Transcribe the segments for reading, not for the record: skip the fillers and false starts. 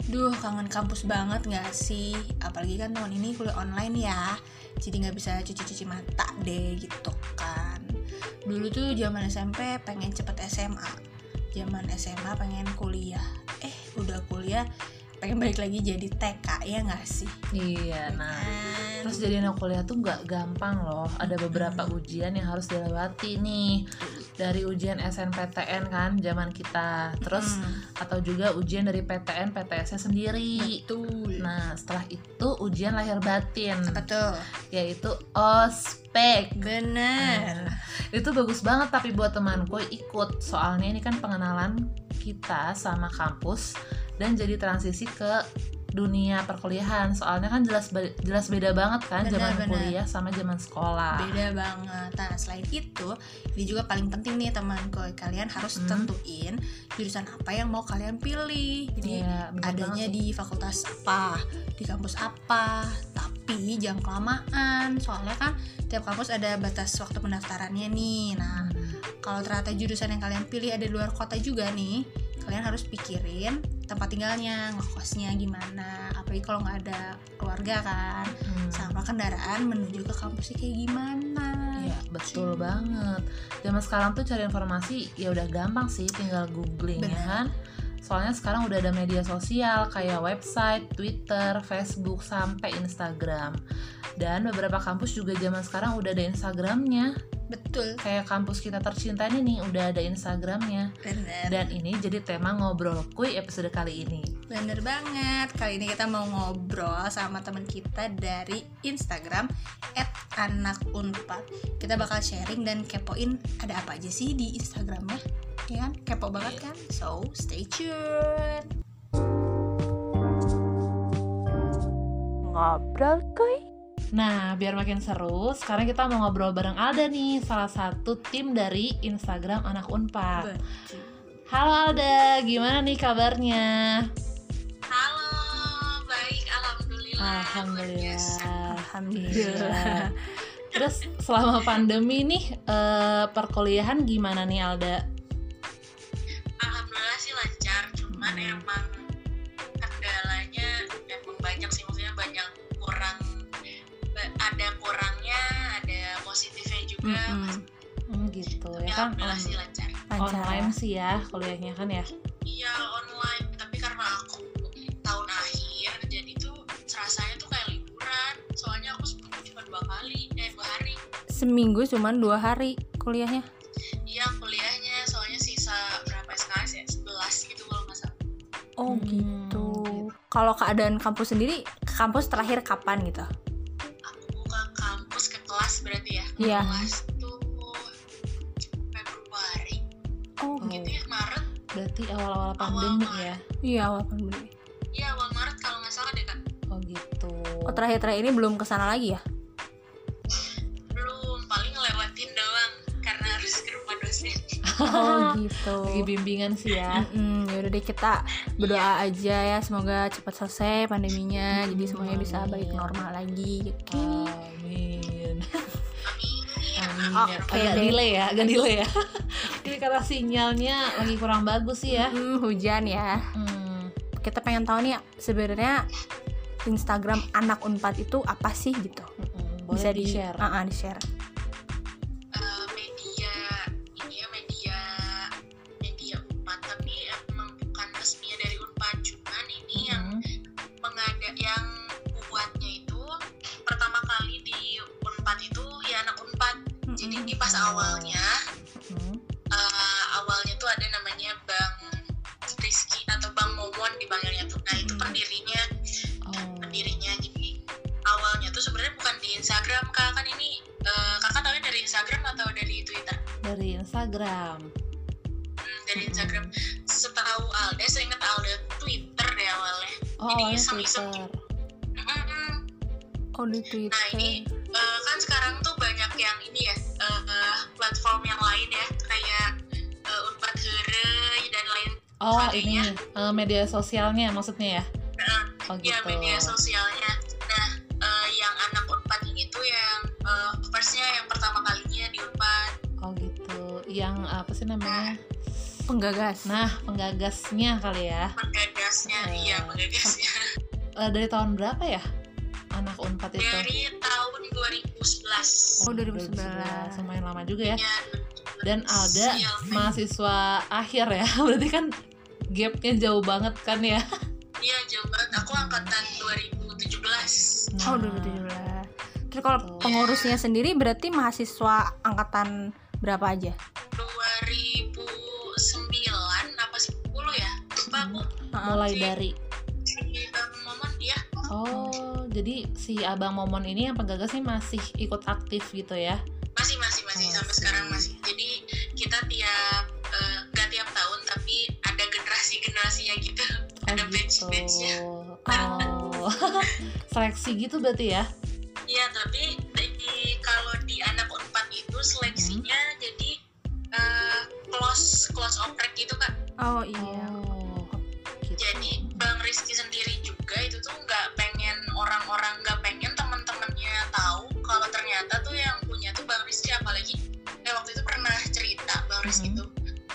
Duh, kangen kampus banget gak sih? Apalagi kan tahun ini kuliah online ya, jadi gak bisa cuci-cuci mata deh gitu kan. Dulu tuh zaman SMP pengen cepet SMA, zaman SMA pengen kuliah. Udah kuliah pengen balik lagi jadi TK, ya gak sih? Iya, nah terus jadi anak kuliah tuh gak gampang loh. Ada beberapa ujian yang harus dilewati nih. Dari ujian SNPTN kan zaman kita, terus atau juga ujian dari PTN PTS-nya sendiri. Betul. Nah setelah itu ujian lahir batin, Betul. yaitu ospek. Bener. Itu bagus banget, tapi buat temanku ikut, soalnya ini kan pengenalan kita sama kampus dan jadi transisi ke dunia perkuliahan. Soalnya kan jelas beda banget kan zaman kuliah sama zaman sekolah. Beda banget. Nah selain itu, ini juga paling penting nih temanku, kalian harus tentuin jurusan apa yang mau kalian pilih. Jadi adanya di fakultas apa, di kampus apa, tapi jangan kelamaan. Soalnya kan tiap kampus ada batas waktu pendaftarannya nih. Nah kalau ternyata jurusan yang kalian pilih ada di luar kota juga nih, kalian harus pikirin tempat tinggalnya, ngekosnya gimana, apalagi kalau nggak ada keluarga kan, sama kendaraan menuju ke kampusnya kayak gimana. Ya betul banget. Zaman sekarang tuh cari informasi ya udah gampang sih, tinggal googling ya kan. Soalnya sekarang udah ada media sosial kayak website, Twitter, Facebook, sampai Instagram. Dan beberapa kampus juga zaman sekarang udah ada Instagramnya. Betul. Kayak kampus kita tercinta ini nih udah ada Instagramnya. Bener. Dan ini jadi tema ngobrol kuy episode kali ini. Bener banget. Kali ini kita mau ngobrol sama teman kita dari Instagram @anakunpad. Kita bakal sharing dan kepoin ada apa aja sih di Instagramnya. Ya kan? Kepo banget kan? So stay tuned. Ngobrol kuy. Nah, biar makin seru, sekarang kita mau ngobrol bareng Alda nih, salah satu tim dari Instagram Anak Unpad. Halo Alda, gimana nih kabarnya? Halo, baik, alhamdulillah. Alhamdulillah. Terus selama pandemi nih, perkuliahan gimana nih Alda? Alhamdulillah sih lancar, cuman emang kendalanya emang banyak sih, maksudnya banyak ada kurangnya, ada positifnya juga. Gitu ya kan. Alhamdulillah sih lancar. Online sih ya kuliahnya kan ya. Iya online, tapi karena aku tahun akhir jadi tuh rasanya tuh kayak liburan. Soalnya aku seminggu cuma 2 hari. Seminggu cuma 2 hari kuliahnya? Iya kuliahnya, soalnya sisa berapa SKS ya, 11 gitu kalau nggak salah. Oh gitu. Kalau keadaan kampus sendiri, kampus terakhir kapan gitu? Kampus ke kelas berarti ya. Iya. Kelas tuh Februari. Oh gitu ya, Maret. Berarti awal-awal pandemi ya. Iya, awal pandemi. Iya, awal Maret kalau nggak salah deh Kak. Oh gitu. Oh terakhir ini belum kesana lagi ya? Belum, paling ngelewatin doang karena harus ke rumah dosen. Oh gitu. Lagi bimbingan sih ya. Yaudah deh, kita berdoa aja ya, semoga cepat selesai pandeminya, jadi semuanya bisa balik normal lagi. Amin. Amin. Agak delay ya. Ini karena sinyalnya lagi kurang bagus sih ya. Hujan ya. Kita pengen tahu nih sebenarnya Instagram Anak Unpad itu apa sih gitu? Bisa di-share. Di-share. Media Unpad, tapi emang bukan resminya dari Unpad, cuman ini yang buatnya itu pertama kali di Unpad itu ya Anak Unpad. Jadi di pas awalnya tuh ada namanya Bang Rizky atau Bang Momon dipanggilnya tuh. Nah itu pendirinya. Jadi awalnya tuh sebenarnya bukan di Instagram Kak, kan ini Kakak tahu dari Instagram atau dari Twitter? Dari Instagram. Dari Instagram. Setahu Alda, seingat Alda Twitter deh awalnya. Jadi iseng-iseng. Oh di Twitter. Nah ini kan sekarang tuh banyak yang ini ya, platform yang lain ya, kayak Unpad Heureuy dan lain sebagainya. Ini media sosialnya maksudnya ya? Oh gitu. Ya media sosialnya. Nah yang Anak Unpad ini tuh yang firstnya yang pertama kalinya di Unpad. Oh gitu. Yang apa sih namanya? penggagas. Nah, penggagasnya kali ya. Iya penggagasnya. Dari tahun berapa ya anak Unpad itu? Dari tahun 2011. Oh, 2011. Lumayan lama juga ya. Ya, Dan Alda mahasiswa akhir ya. Berarti kan gapnya jauh banget kan ya. Iya jauh banget. Aku angkatan 2017. Nah, Oh, 2017. Terus kalau pengurusnya sendiri berarti mahasiswa angkatan berapa aja? 2009 apa 10 ya? Lupa aku. mulai dari Si Bang Momon ya. Oh, jadi si Abang Momon ini yang penggagasnya masih ikut aktif gitu ya? Masih sampai sekarang masih. Jadi kita nggak tiap tahun tapi ada generasinya gitu. Ada batch-batchnya. Oh, seleksi gitu berarti ya? Iya, tapi kalau di anak Unpad itu seleksinya jadi close oprek gitu Kak. Oh iya. Oh, gitu. Jadi Bang Rizky sendiri juga itu tuh nggak pengen orang-orang nggak pengen teman-temannya tahu kalau ternyata tuh yang punya tuh Bang Rizky, apalagi waktu itu pernah cerita Bang Rizky tuh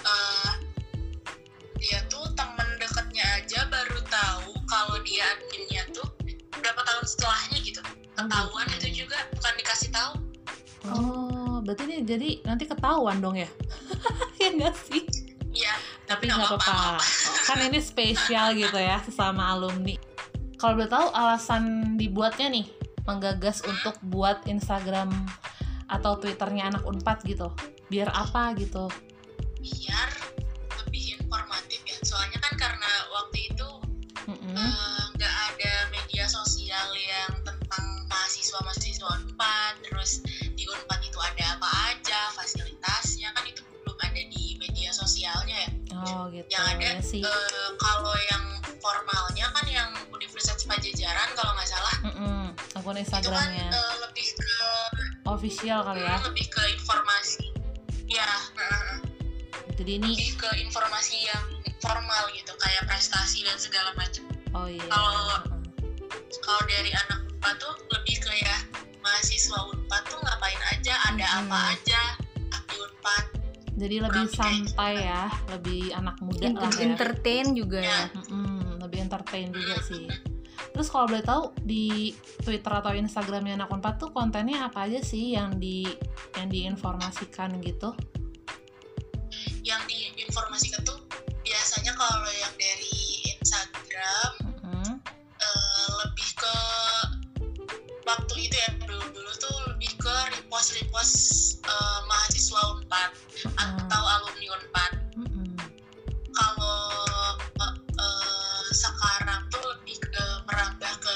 dia tuh temen dekatnya aja baru tahu kalau dia adminnya tuh berapa tahun setelahnya gitu. Ketahuan itu juga bukan dikasih tahu. Oh, berarti ini jadi nanti ketahuan dong ya? Ya nggak sih? Iya, Tapi nggak apa-apa. Kan ini spesial gitu ya, sesama alumni. Kalau boleh tahu alasan dibuatnya nih, menggagas untuk buat Instagram atau Twitternya anak Unpad gitu, biar apa gitu? Biar lebih informatif ya. Soalnya kan karena waktu itu nggak ada media sosial yang tentang mahasiswa Unpad, terus di Unpad itu ada apa aja, fasilitasnya kan itu belum ada di media sosialnya ya. Oh gitu. Yang ada ya sih. Kalau yang formalnya kan yang Universitas Pajajaran kalau nggak salah. Akun Itu kan Instagramnya lebih ke official kali ya. lebih ke informasi. Ya, Jadi ini lebih ke informasi yang formal gitu, kayak prestasi dan segala macam. oh iya. Kalau dari anak Unpad tuh lebih ke ya mahasiswa Unpad tuh ngapain aja, ada apa aja di Unpad. Jadi lebih santai ya, lebih anak muda lah ya. Entertain juga ya. Lebih entertain juga sih. Terus kalau boleh tahu di Twitter atau Instagramnya anak Unpad tuh kontennya apa aja sih yang diinformasikan gitu? Yang diinformasikan tuh biasanya kalau yang dari Instagram lebih ke waktu itu ya, dulu tuh lebih ke repost mahasiswa Unpad atau alumni Unpad. Kalau sekarang tuh lebih merambah ke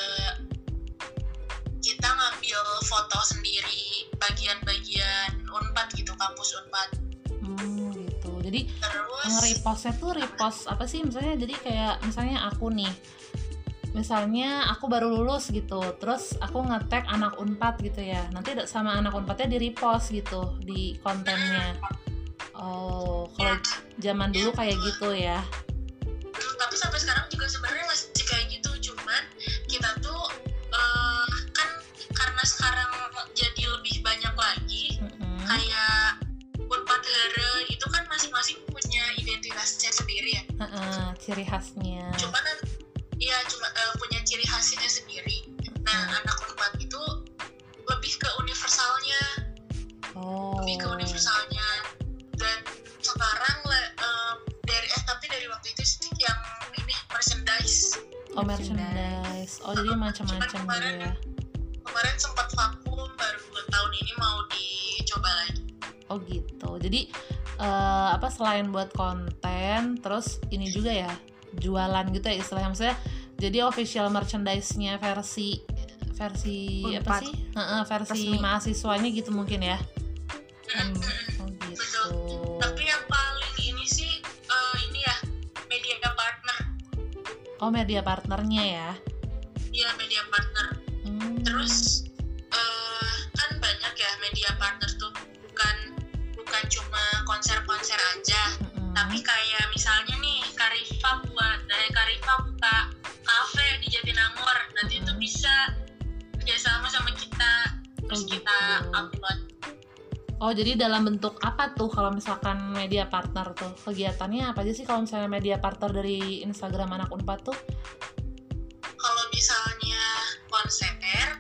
kita ngambil foto sendiri bagian-bagian Unpad gitu, kampus Unpad. Gitu. Jadi Terus nge-repostnya tuh repost apa sih? Misalnya jadi kayak misalnya aku nih, misalnya aku baru lulus gitu, terus aku nge-tag anak Unpad gitu ya, nanti sama anak Unpadnya di-repost gitu di kontennya. Oh, kalau zaman dulu kayak gitu ya. tapi sampai sekarang juga sebenarnya masih kayak gitu, cuman kita tuh kan karena sekarang jadi lebih banyak lagi, kayak Unpad Hare itu kan masing-masing punya identitasnya sendiri ya. Ciri khasnya. Cuma punya ciri khasnya sendiri. Nah, anak Unpad itu lebih ke universalnya. Lebih ke universalnya. Dan sekarang dari waktu itu sih yang ini merchandise. Merchandise. Jadi macam-macam gitu ya. Kemarin sempat vakum, baru tahun ini mau dicoba lagi. Oh gitu. Jadi selain buat konten, terus ini juga ya jualan gitu ya istilahnya, maksudnya jadi official merchandise-nya versi Unpad. apa sih? Versi Resmi. mahasiswanya gitu mungkin ya. Oh gitu. Betul. Tapi yang paling ini sih ini ya media partner. Oh, media partnernya ya. Iya, media partner. Terus kan banyak ya media partner tuh, bukan cuma konser-konser aja, tapi kayak misalnya nih Karifa buka kafe di Jatinangor, nanti itu bisa kerjasama sama kita, terus kita upload. Oh, jadi dalam bentuk apa tuh kalau misalkan media partner tuh? Kegiatannya apa aja sih kalau misalnya media partner dari Instagram Anak Unpad tuh? Kalau misalnya konser,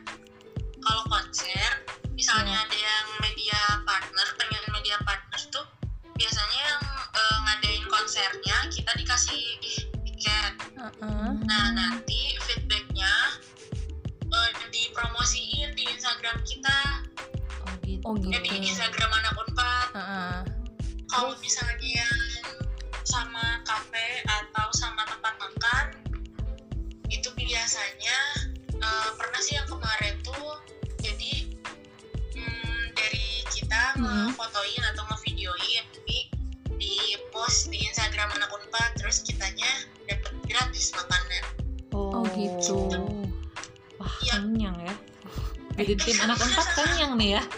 misalnya ada yang media partner, pengen media partner tuh biasanya yang ngadain konsernya kita dikasih tiket. Nah, nanti feedbacknya dipromosiin di Instagram kita. Oh gitu. Di Instagram Anak Unpad. Kalau misalnya yang sama kafe atau sama tempat makan, itu biasanya pernah sih yang kemarin tuh, jadi dari kita ngefotoin atau ngevideoin, tapi di post di Instagram Anak Unpad, terus kitanya dapat gratis makanan. Oh gitu. Wah, kenyang ya. Jadi tim Anak Unpad kenyang nih ya.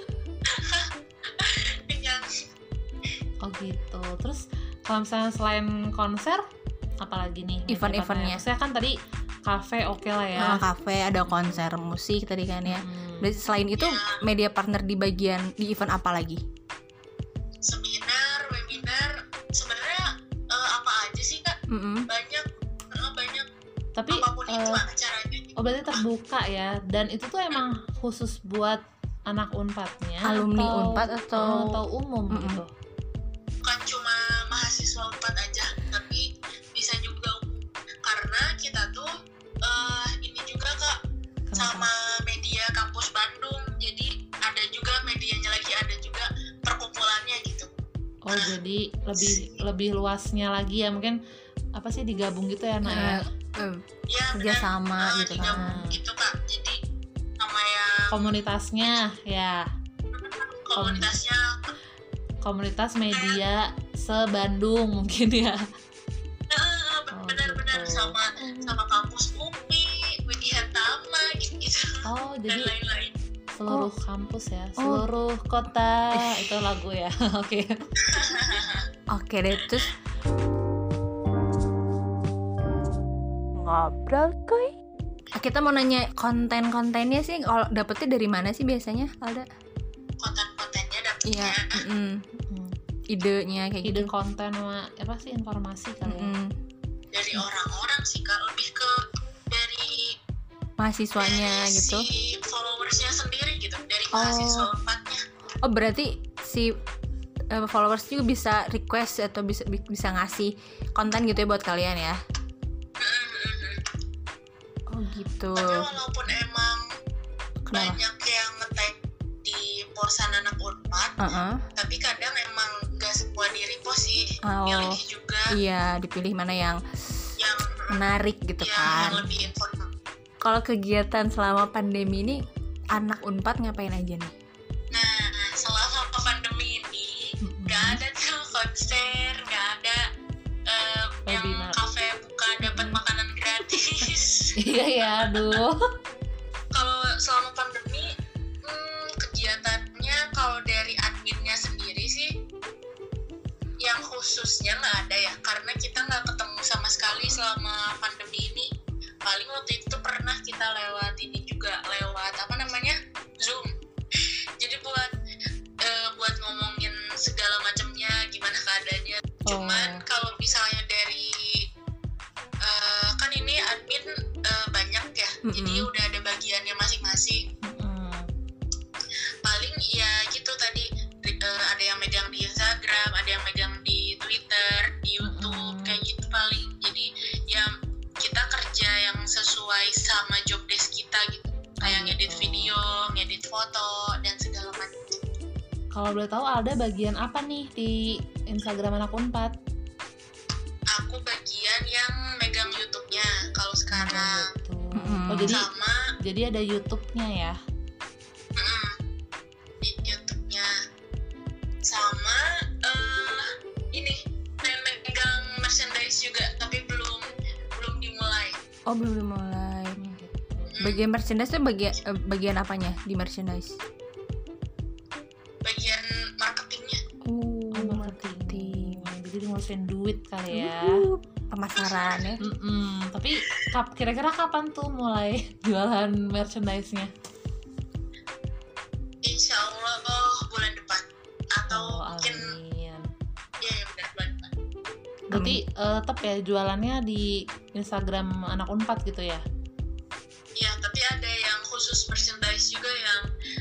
Oh gitu. Terus kalau misalnya selain konser, apalagi nih? Event-eventnya. Saya kan tadi kafe oke lah ya. Kafe, ada konser musik tadi kan ya. Berarti selain itu media partner di event apa lagi? Seminar, webinar, sebenarnya apa aja sih Kak? Banyak. Tapi apapun itu acaranya. Oh berarti terbuka ya. Dan itu tuh emang khusus buat anak Unpadnya, alumni Unpad atau umum gitu? Bukan cuma mahasiswa Unpad aja, tapi bisa juga umum. Karena kita tuh ini juga Kak. Kenapa? Sama media kampus Bandung. Jadi ada juga medianya lagi, ada juga perkumpulannya gitu. Oh jadi lebih luasnya lagi ya, mungkin apa sih digabung gitu ya Nak? Ya, kerjasama gitu kan. Gitu Kak. Jadi sama yang komunitasnya ya. Komunitas media se-Bandung mungkin ya. Benar-benar gitu. sama kampus UPI, Widyatama gitu. Oh, dan jadi lain-lain. Seluruh kampus ya, seluruh kota itu lagu ya. Oke. Oke deh, terus ngobrol kuy. Kita mau nanya konten-kontennya sih, kalau dapetnya dari mana sih biasanya, Alda? Konten-kontennya dapetnya. Iya. Idenya kayak ide gitu. Konten apa sih, informasi kali ya? Dari orang-orang sih Kak, lebih ke dari mahasiswanya dari gitu. Si followersnya sendiri gitu, dari mahasiswa Unpadnya. Oh berarti si followers juga bisa request atau bisa ngasih konten gitu ya buat kalian ya? Oh gitu. Tapi walaupun emang banyak yang nge-tag di posan anak Unpad, tapi kadang emang gak semua di repost sih, pilih juga. Iya, dipilih mana yang menarik gitu kan. Yang lebih informatif. Kalau kegiatan selama pandemi ini anak Unpad ngapain aja nih? Nah, selama pandemi ini gak ada tuh konser, gak ada yang kafe buka dapat makanan gratis. Iya ya, aduh. Kalau selama pandemi kegiatannya kalau dari adminnya sendiri sih yang khususnya nggak ada ya, karena kita nggak ketemu sama sekali selama pandemi ini. Paling waktu itu pernah kita lewat ini juga, lewat apa namanya, Zoom. Jadi buat ngomongin segala macamnya, gimana keadaannya. Cuman kalau misalnya dari kan ini admin banyak ya, jadi udah ada bagiannya masing-masing. Paling ya gitu tadi, ada yang megang di Instagram, ada yang megang di Twitter, di YouTube, kayak gitu paling. Jadi ya kita kerja yang sesuai sama job desk kita gitu, kayak ngedit video, ngedit foto, dan segala macam. Kalau boleh tahu Alda bagian apa nih di Instagram Anak Unpad? Aku bagian yang megang YouTube-nya kalau sekarang. Oh jadi ada YouTube-nya ya? Di YouTube-nya. Sama ini megang merchandise juga, tapi belum dimulai. Oh belum dimulai. Bagian merchandise itu bagian apanya di merchandise? Bagian marketingnya. Marketing. Jadi ngurusin duit kali ya. Pemasaran ya. Tapi kira-kira kapan tuh mulai jualan merchandise-nya? Insya Allah bulan depan. atau mungkin amin. ya benar banget. Berarti tetap ya jualannya di Instagram anak Unpad gitu ya? Ya, tapi ada yang khusus merchandise juga yang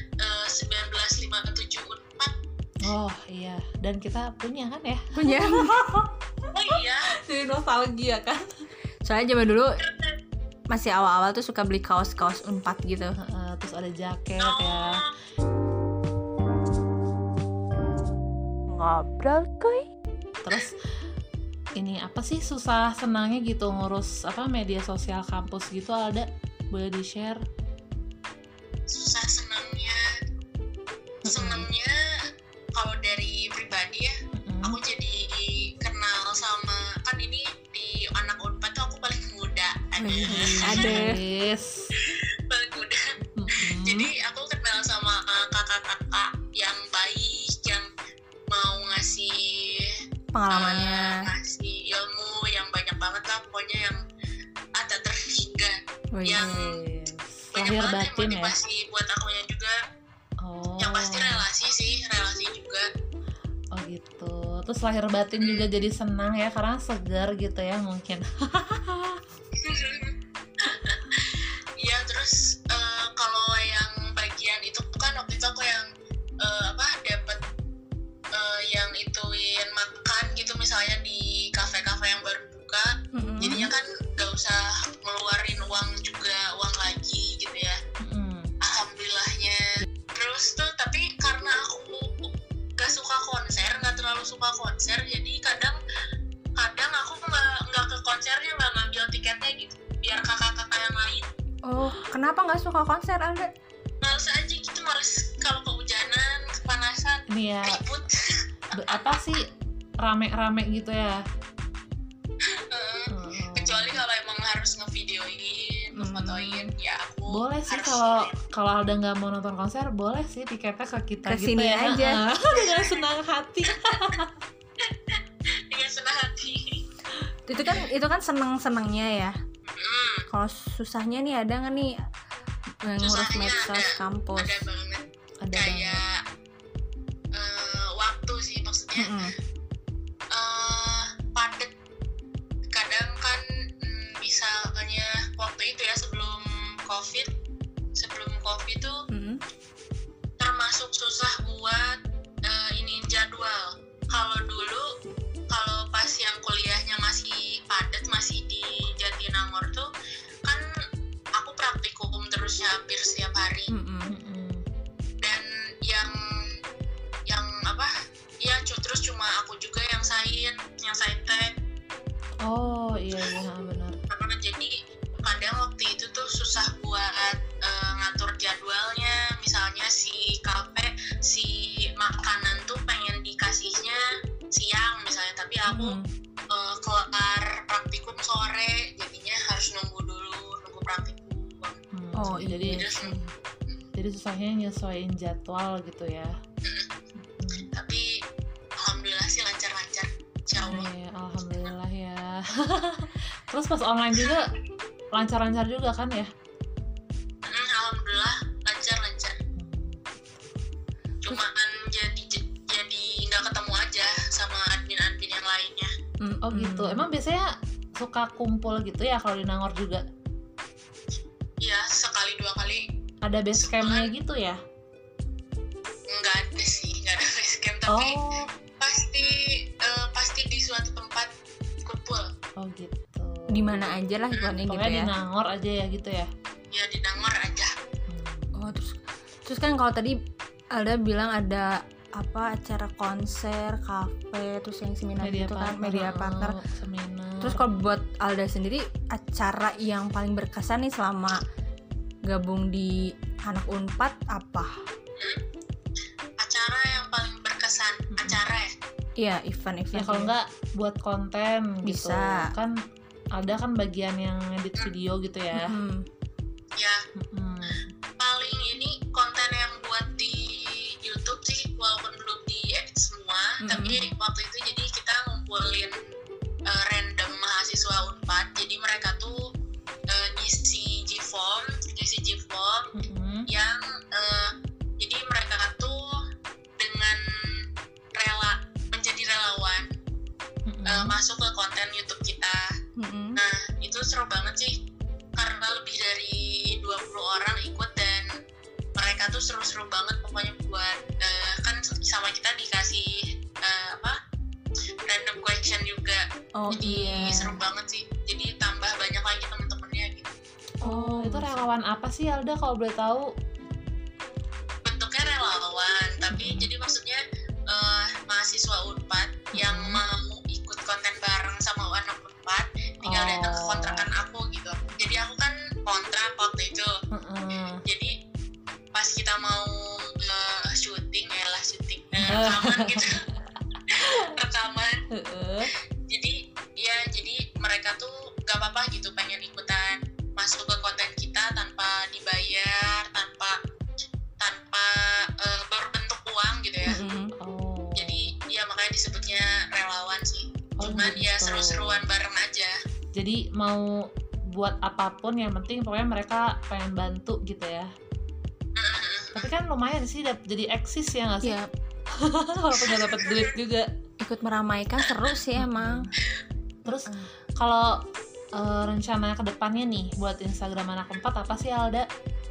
1957 Unpad. Oh iya, dan kita punya kan ya? Punya. Oh iya. Jadi nostalgia kan? Soalnya zaman dulu masih awal-awal tuh suka beli kaos-kaos Unpad gitu. Terus ada jaket Oh, ya. Ngobrol kuy. Terus ini apa sih susah senangnya gitu ngurus apa media sosial kampus gitu, ada boleh di share? susah senangnya kalau dari pribadi ya, aku jadi kenal sama, kan ini di anak Unpad tuh aku paling muda, Ada. Yes. paling muda. Jadi aku kenal sama kakak-kakak yang baik, yang mau ngasih Pengalamannya. ngasih ilmu yang banyak banget lah, pokoknya yang ada terhingga, Wih. yang Yes. banyak Lahir banget batin yang ya. motivasi buat akunya juga. Oh. Yang pasti relasi juga. Oh gitu. Terus lahir batin juga jadi senang ya karena segar gitu ya mungkin. Iya, terus kalau yang bagian itu kan waktu itu aku yang dapat yang ituin makan gitu, misalnya di kafe-kafe yang baru buka, jadinya kan gak usah ngeluarin uang lagi gitu ya. Alhamdulillahnya. Terus tuh tapi karena aku nggak terlalu suka konser, jadi kadang aku nggak ke konsernya, nggak ngambil tiketnya gitu biar kakak-kakak yang lain. Oh, kenapa nggak suka konser, Alda? Males aja gitu, males kalau kehujanan, kepanasan, Ini ya ribut. apa sih rame-rame gitu ya. Kecuali kalau emang harus ngevideoin, ngefotoin, ya aku Boleh sih harus kalau ada nggak mau nonton konser, boleh sih tiketnya ke kita gitu Kesini ya. aja. Dengan senang hati. dengan senang hati. Itu kan seneng-senengnya ya. Kalau susahnya nih ada nggak nih ngurus Susahnya medsos kampus? Ada banget. Ada Kayak waktu sih, maksudnya padet. Kadang kan misalnya waktu itu ya sebelum covid tuh termasuk susah buat iniin jadwal. Kalau dulu, kalau pas yang kuliahnya masih padat, masih di Jatinangor tuh kan aku praktikum terusnya hampir setiap hari. Dan yang terus cuma aku juga yang sign tag. Oh iya benar. Karena jadi kadang waktu itu tuh susah buat ngatur jadwalnya. Misalnya si kafe, si makanan tuh pengen dikasihnya siang misalnya, tapi aku kelar praktikum sore, jadinya harus nunggu praktikum. Oh iya. Jadi susahnya nyesuaiin jadwal gitu ya. Tapi alhamdulillah sih lancar-lancar, insyaallah. Ya, alhamdulillah ya. Terus pas online juga lancar-lancar juga kan ya? Alhamdulillah lancar. Cuman jadi nggak ketemu aja sama admin yang lainnya. Oh gitu. Emang biasanya suka kumpul gitu ya kalau di Nangor juga? Iya, sekali dua kali. Ada base campnya gitu ya? Nggak ada base camp, tapi pasti di suatu tempat kumpul. Oh gitu. Di mana aja lah pokoknya gitu Pokoknya ya. di Nangor aja ya gitu ya? Ya di Nangor aja. Oh terus kan kalau tadi Alda bilang ada acara konser, kafe, terus yang seminar Media gitu kan, partner, media partner. Seminar. Terus kalau buat Alda sendiri, acara yang paling berkesan nih selama gabung di anak Unpad apa? Acara yang paling berkesan, acara ya? Iya, event. Ya kalau nggak buat konten gitu. Bisa. Kan ada kan bagian yang edit video gitu ya. Ya, paling ini konten yang buat di YouTube sih, walaupun belum di-edit semua, tapi waktu itu jadi kita ngumpulin random mahasiswa Unpad, jadi mereka tuh ngisi G-form yang jadi mereka tuh dengan seru banget sih karena lebih dari 20 orang ikut dan mereka tuh seru-seru banget pokoknya buat kan sama kita dikasih random question juga. Jadi seru banget sih, jadi tambah banyak lagi temen-temennya gitu. Itu relawan apa sih Alda kalau boleh tahu? Bentuknya relawan, tapi jadi maksudnya mahasiswa Unpad yang mau ikut konten bareng sama anak Unpad tinggal datang ke kontrakan aku gitu. Jadi aku kan kontrak waktu itu. Jadi pas kita mau syuting rekaman gitu. Rekaman. Jadi mereka tuh gak apa-apa gitu pengen ikutan masuk ke konten kita tanpa dibayar, tanpa berbentuk uang gitu ya. Jadi ya makanya disebutnya relawan sih. Cuman gitu. Ya seru-seruan bareng aja. Jadi mau buat apapun yang penting pokoknya mereka pengen bantu gitu ya. Tapi kan lumayan sih jadi eksis ya nggak sih? Walaupun nggak dapat duit juga. Ikut meramaikan seru sih emang. Terus kalau rencana kedepannya nih buat Instagram Anak Unpad apa sih Alda?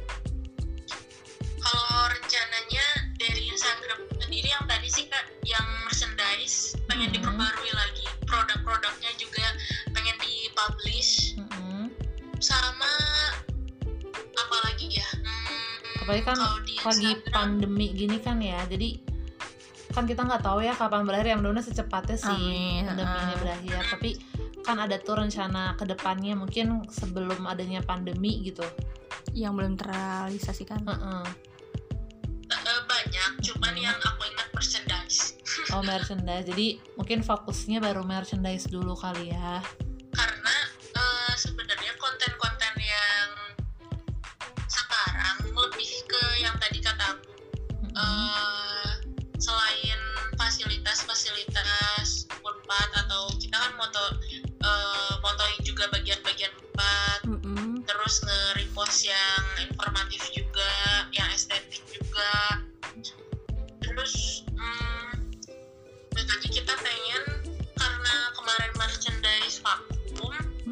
Kalau rencananya dari Instagram sendiri yang tadi sih Kak, yang merchandise pengen diperbarui lagi, produk-produknya juga pengen dipublish. Sama apa lagi ya? Apalagi kan lagi pandemi gini kan ya, jadi kan kita nggak tahu ya kapan berakhir, yang mudah-mudahan secepatnya sih pandemi ini berakhir. Tapi kan ada tuh rencana kedepannya mungkin sebelum adanya pandemi gitu yang belum terrealisasikan. Banyak, cuman yang aku ingat merchandise. Merchandise, jadi mungkin fokusnya baru merchandise dulu kali ya. Karena sebenarnya konten-konten yang sekarang lebih ke yang tadi kata aku, selain fasilitas Unpad atau kita kan motoin juga bagian-bagian Unpad, terus nge-repost yang informatif juga, yang estetik juga. Terus lagi kita pengen, karena kemarin merchandise vakum,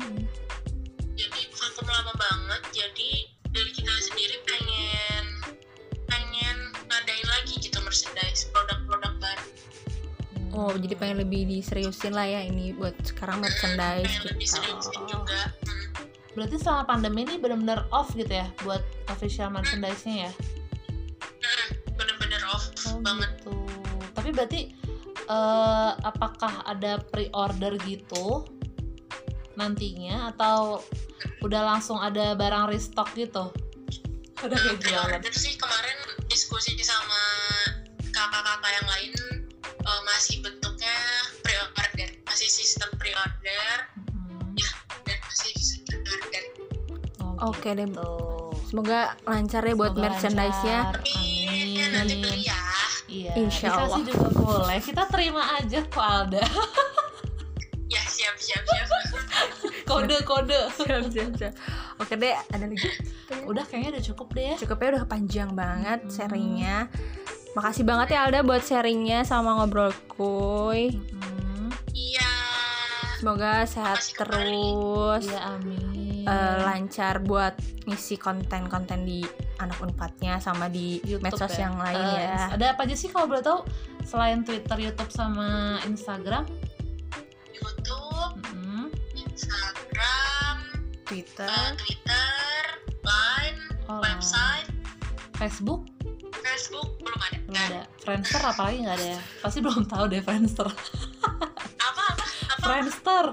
jadi vakum lama banget, jadi dari kita sendiri pengen ngadain lagi gitu merchandise, produk-produk baru. Jadi pengen lebih diseriusin lah ya ini buat sekarang merchandise pengen lebih seriusin juga. Berarti selama pandemi ini benar-benar off gitu ya buat official merchandise-nya ya? Bener-bener off banget. Gitu. Tapi berarti apakah ada pre-order gitu nantinya atau udah langsung ada barang restock gitu? Udah kayak jualan. Pre-order sih kemarin diskusi sama kakak-kakak yang lain, masih bentuknya pre-order, masih sistem pre-order. Ya, dan masih sistem pre-order. Oke deh. Semoga lancar ya buat merchandise-nya. Amin. Nanti beli ya. Iya, Insya Allah. dikasih juga boleh. Kita terima aja kok Alda. Ya, siap. Kode. Siap. Oke deh, ada lagi? Udah kayaknya udah cukup deh ya. Cukupnya udah panjang banget sharingnya. Makasih banget ya Alda buat sharingnya sama ngobrol kuy. Iya. Semoga sehat terus. Iya, amin. Lancar buat ngisi konten-konten di Anak Unpadnya sama di YouTube, medsos ya? Yang lain ya. Ada apa aja sih kalau boleh tahu selain Twitter, YouTube sama Instagram? YouTube, Instagram, Twitter, Line, website, Facebook belum ada. Belum ada. Friendster apalagi nggak ada ya? Pasti belum tahu deh Friendster. Apa? Friendster.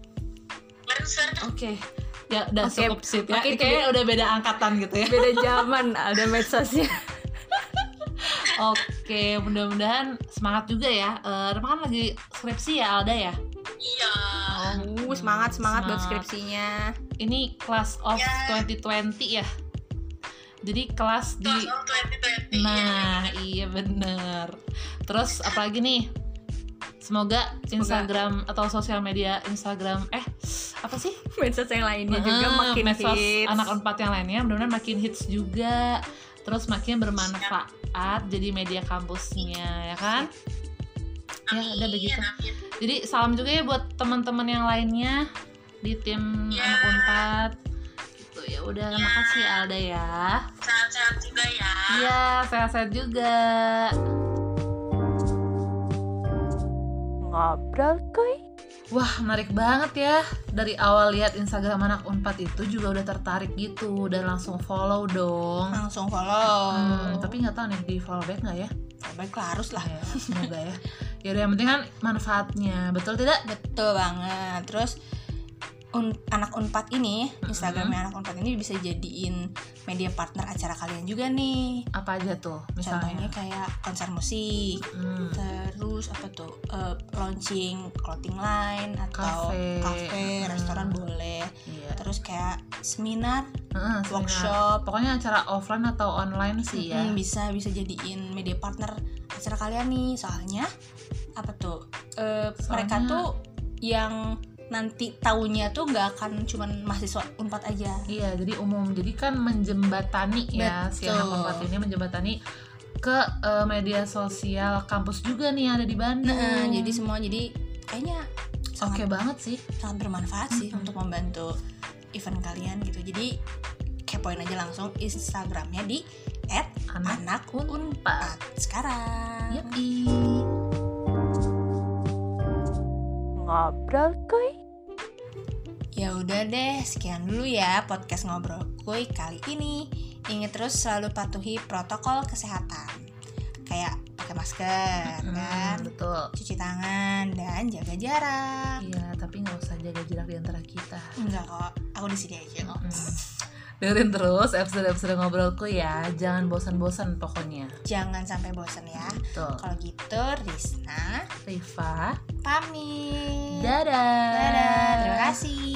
Oke. Ya udah cukup sip ya. Oke, kayaknya udah beda angkatan gitu ya. beda zaman ada medsosnya. Oke, mudah-mudahan semangat juga ya. Kan lagi skripsi ya Alda ya? Iya. Semangat buat skripsinya. Ini Class of 2020 ya. Jadi kelas di Class of 2020. Nah, iya bener. Terus apalagi nih? Semoga Instagram atau sosial media Instagram apa sih? Medsos yang lainnya juga makin medsos hits. Anak Unpad yang lainnya mudah-mudahan makin hits juga. Terus makin bermanfaat jadi media kampusnya ya kan? Amin, ya udah begitu. Amin. Jadi salam juga ya buat teman-teman yang lainnya di tim anak Unpad. Gitu ya udah, makasih Alda ya. Sehat-sehat juga ya. Iya, sehat-sehat juga. Ngobrol kuy. Wah, menarik banget ya. Dari awal lihat Instagram anak Unpad itu juga udah tertarik gitu dan langsung follow dong. Langsung follow. Tapi nggak tahu nih di follow back nggak ya? Baiklah, harus lah ya. Semoga ya. Ya udah, yang penting kan manfaatnya, betul tidak? Betul banget. Terus anak Unpad ini, Instagramnya anak Unpad ini bisa jadiin media partner acara kalian juga nih. Apa aja tuh? Misalnya contohnya kayak konser musik, terus apa tuh, launching clothing line atau cafe, restoran boleh. Terus kayak seminar, workshop, pokoknya acara offline atau online sih ya. Bisa jadiin media partner acara kalian nih. Soalnya apa tuh, mereka tuh yang nanti taunya tuh nggak akan cuman mahasiswa Unpad aja. Iya, jadi umum. Jadi kan menjembatani ya. Betul. Si anak Unpad ini menjembatani ke media sosial kampus juga nih yang ada di Bandung. Nah, jadi semua, jadi kayaknya oke banget sih. Sangat bermanfaat sih untuk membantu event kalian gitu. Jadi kepoin aja langsung Instagramnya di @anakunpad sekarang. Yepi. Ngobrol kuy. Ya udah deh, sekian dulu ya podcast Ngobrol Kuy kali ini. Ingat terus selalu patuhi protokol kesehatan. Kayak pakai masker kan? Betul. Cuci tangan dan jaga jarak. Iya, tapi nggak usah jaga jarak di antara kita. Enggak kok, aku di sini aja kok. Dengerin terus episode-episode Ngobrolku ya. Jangan bosan-bosan pokoknya. Jangan sampai bosan ya. Betul. Kalau gitu Rizna, Rifa pamit. Dadah. Dadah. Terima kasih.